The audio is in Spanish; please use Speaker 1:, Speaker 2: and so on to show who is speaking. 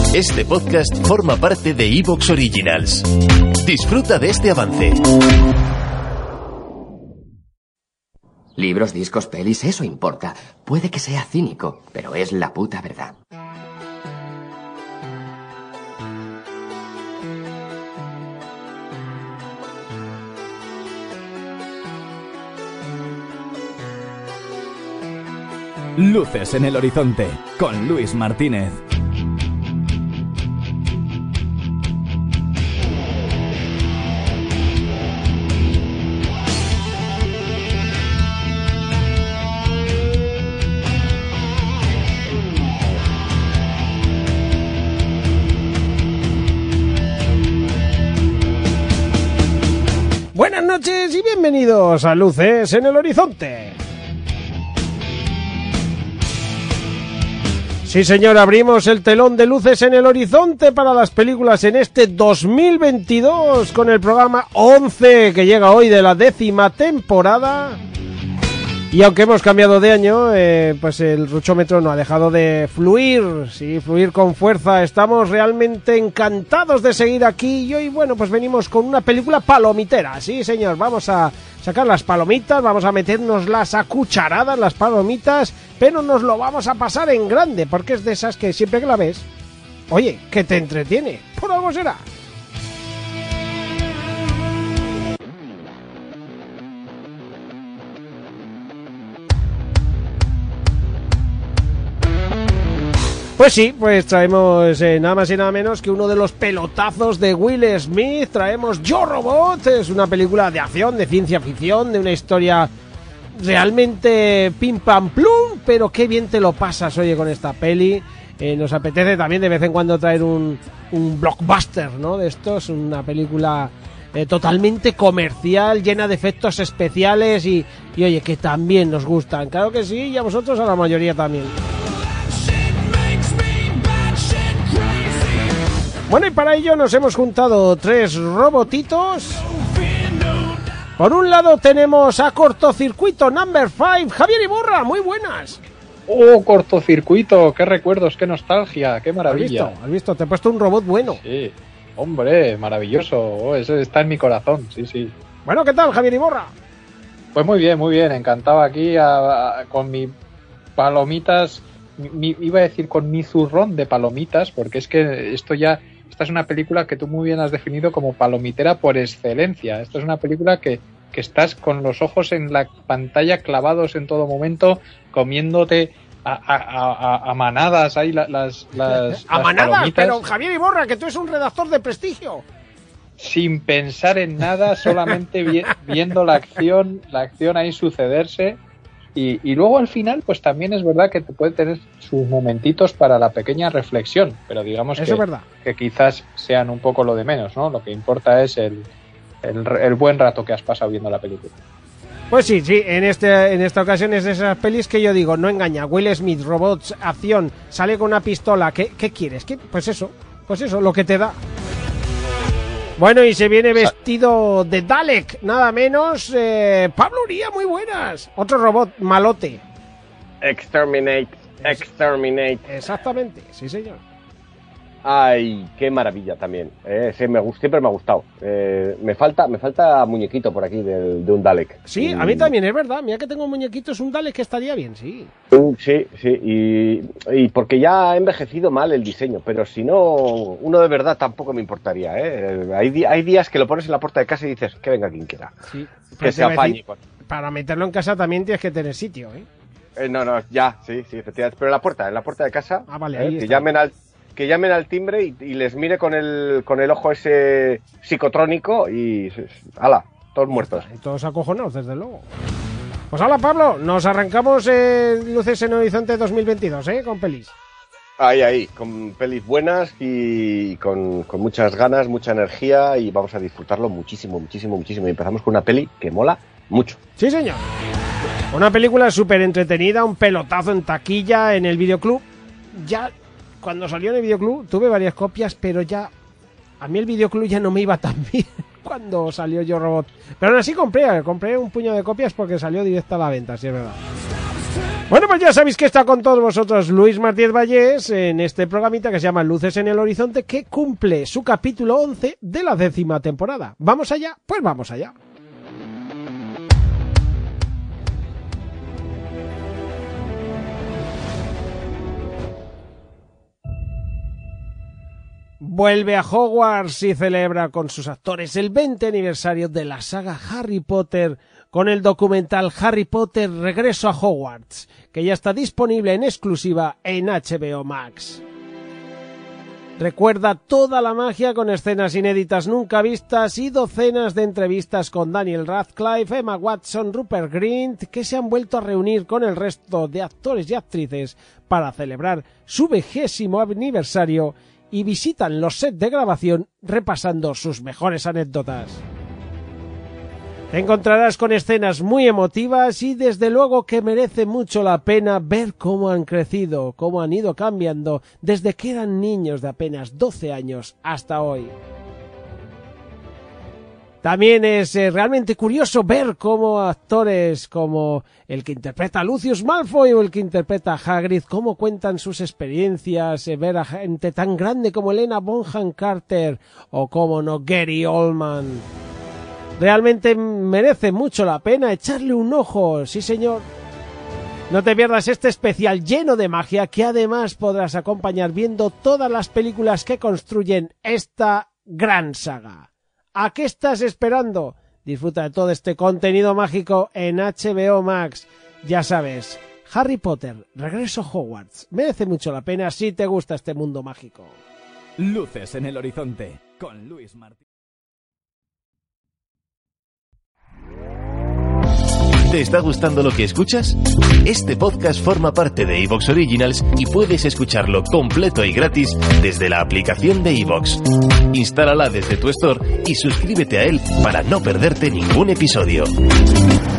Speaker 1: Este podcast forma parte de Evox Originals. Disfruta de este avance.
Speaker 2: Libros, discos, pelis, eso importa. Puede que sea cínico, pero es la puta verdad.
Speaker 3: Luces en el horizonte, con Luis Martínez.
Speaker 4: Buenas noches y bienvenidos a Luces en el Horizonte. Sí, señor, abrimos el telón de Luces en el Horizonte para las películas en este 2022 con el programa 11 que llega hoy de la 10ª temporada. Y aunque hemos cambiado de año, pues el ruchómetro no ha dejado de fluir, sí, fluir con fuerza. Estamos realmente encantados de seguir aquí y hoy, bueno, pues venimos con una película palomitera. Sí, señor, vamos a sacar las palomitas, vamos a meternoslas a cucharadas, las palomitas, pero nos lo vamos a pasar en grande, porque es de esas que siempre que la ves, oye, que te entretiene, por algo será. Pues sí, pues traemos nada más y nada menos que uno de los pelotazos de Will Smith. Traemos Yo Robot, es una película de acción, de ciencia ficción, de una historia realmente pim pam plum, pero qué bien te lo pasas, oye, con esta peli. Nos apetece también de vez en cuando traer un blockbuster, ¿no? De estos, una película totalmente comercial, llena de efectos especiales y oye, que también nos gustan. Claro que sí, y a vosotros a la mayoría también. Bueno, y para ello nos hemos juntado tres robotitos. Por un lado tenemos a Cortocircuito Number 5, Javier Iborra, muy buenas.
Speaker 5: ¡Oh, Cortocircuito! ¡Qué recuerdos, qué nostalgia, qué maravilla!
Speaker 4: ¿Has visto? Te he puesto un robot bueno.
Speaker 5: Sí, hombre, maravilloso. Oh, eso está en mi corazón, sí, sí.
Speaker 4: Bueno, ¿qué tal, Javier Iborra?
Speaker 5: Pues muy bien, encantado aquí con mis palomitas, iba a decir con mi zurrón de palomitas, porque es que esta es una película que tú muy bien has definido como palomitera por excelencia. Esta es una película que estás con los ojos en la pantalla clavados en todo momento, comiéndote a manadas ahí las
Speaker 4: a manadas,
Speaker 5: palomitas.
Speaker 4: pero Javier Iborra, que tú eres un redactor de prestigio.
Speaker 5: Sin pensar en nada, solamente viendo la acción ahí sucederse. Y luego al final, pues también es verdad que te puede tener sus momentitos para la pequeña reflexión, pero digamos que quizás sean un poco lo de menos, ¿no? Lo que importa es el buen rato que has pasado viendo la película.
Speaker 4: Pues sí, en esta ocasión es de esas pelis que yo digo, no engaña. Will Smith, robots, acción, sale con una pistola, ¿qué quieres? Pues eso, lo que te da. Bueno, y se viene vestido de Dalek, nada menos. Pablo Uría, muy buenas. Otro robot malote.
Speaker 6: Exterminate.
Speaker 4: Exactamente, sí, señor.
Speaker 6: Ay, qué maravilla también. Siempre me ha gustado. Me falta muñequito por aquí de un Dalek.
Speaker 4: Sí, a mí también, es verdad. Mira que tengo un muñequito, es un Dalek que estaría bien, sí.
Speaker 6: Sí. Y porque ya ha envejecido mal el diseño, pero si no, uno de verdad tampoco me importaría, ¿eh? Hay días que lo pones en la puerta de casa y dices, que venga quien quiera.
Speaker 4: Sí.
Speaker 6: Que se apañe.
Speaker 4: Para meterlo en casa también tienes que tener sitio, ¿eh?
Speaker 6: No, ya, sí, efectivamente. Pero en la puerta de casa,
Speaker 4: vale, ahí
Speaker 6: que llamen al timbre y les mire con el ojo ese psicotrónico y ¡hala! Todos muertos.
Speaker 4: Y todos acojonados, desde luego. Pues hola, Pablo, nos arrancamos Luces en Horizonte 2022, con pelis.
Speaker 6: Ahí, con pelis buenas y con muchas ganas, mucha energía y vamos a disfrutarlo muchísimo. Y empezamos con una peli que mola mucho.
Speaker 4: Sí, señor. Una película súper entretenida, un pelotazo en taquilla en el videoclub. Ya, cuando salió en el videoclub, tuve varias copias, pero ya... A mí el videoclub ya no me iba tan bien cuando salió Yo Robot. Pero aún así compré un puño de copias porque salió directa a la venta, si es verdad. Bueno, pues ya sabéis que está con todos vosotros Luis Martínez Vallés en este programita que se llama Luces en el Horizonte, que cumple su capítulo 11 de la 10ª temporada. ¿Vamos allá? Pues vamos allá. Vuelve a Hogwarts y celebra con sus actores el 20 aniversario de la saga Harry Potter con el documental Harry Potter Regreso a Hogwarts, que ya está disponible en exclusiva en HBO Max. Recuerda toda la magia con escenas inéditas nunca vistas y docenas de entrevistas con Daniel Radcliffe, Emma Watson, Rupert Grint, que se han vuelto a reunir con el resto de actores y actrices para celebrar su 20º aniversario y visitan los sets de grabación repasando sus mejores anécdotas. Te encontrarás con escenas muy emotivas y desde luego que merece mucho la pena ver cómo han crecido, cómo han ido cambiando desde que eran niños de apenas 12 años hasta hoy. También es realmente curioso ver cómo actores como el que interpreta a Lucius Malfoy o el que interpreta a Hagrid, cómo cuentan sus experiencias, ver a gente tan grande como Helena Bonham Carter o como no Gary Oldman. Realmente merece mucho la pena echarle un ojo, sí señor. No te pierdas este especial lleno de magia que además podrás acompañar viendo todas las películas que construyen esta gran saga. ¿A qué estás esperando? Disfruta de todo este contenido mágico en HBO Max. Ya sabes, Harry Potter, Regreso a Hogwarts. Merece mucho la pena si te gusta este mundo mágico.
Speaker 3: Luces en el Horizonte, con Luis Martín.
Speaker 1: ¿Te está gustando lo que escuchas? Este podcast forma parte de Evox Originals y puedes escucharlo completo y gratis desde la aplicación de Evox. Instálala desde tu store y suscríbete a él para no perderte ningún episodio.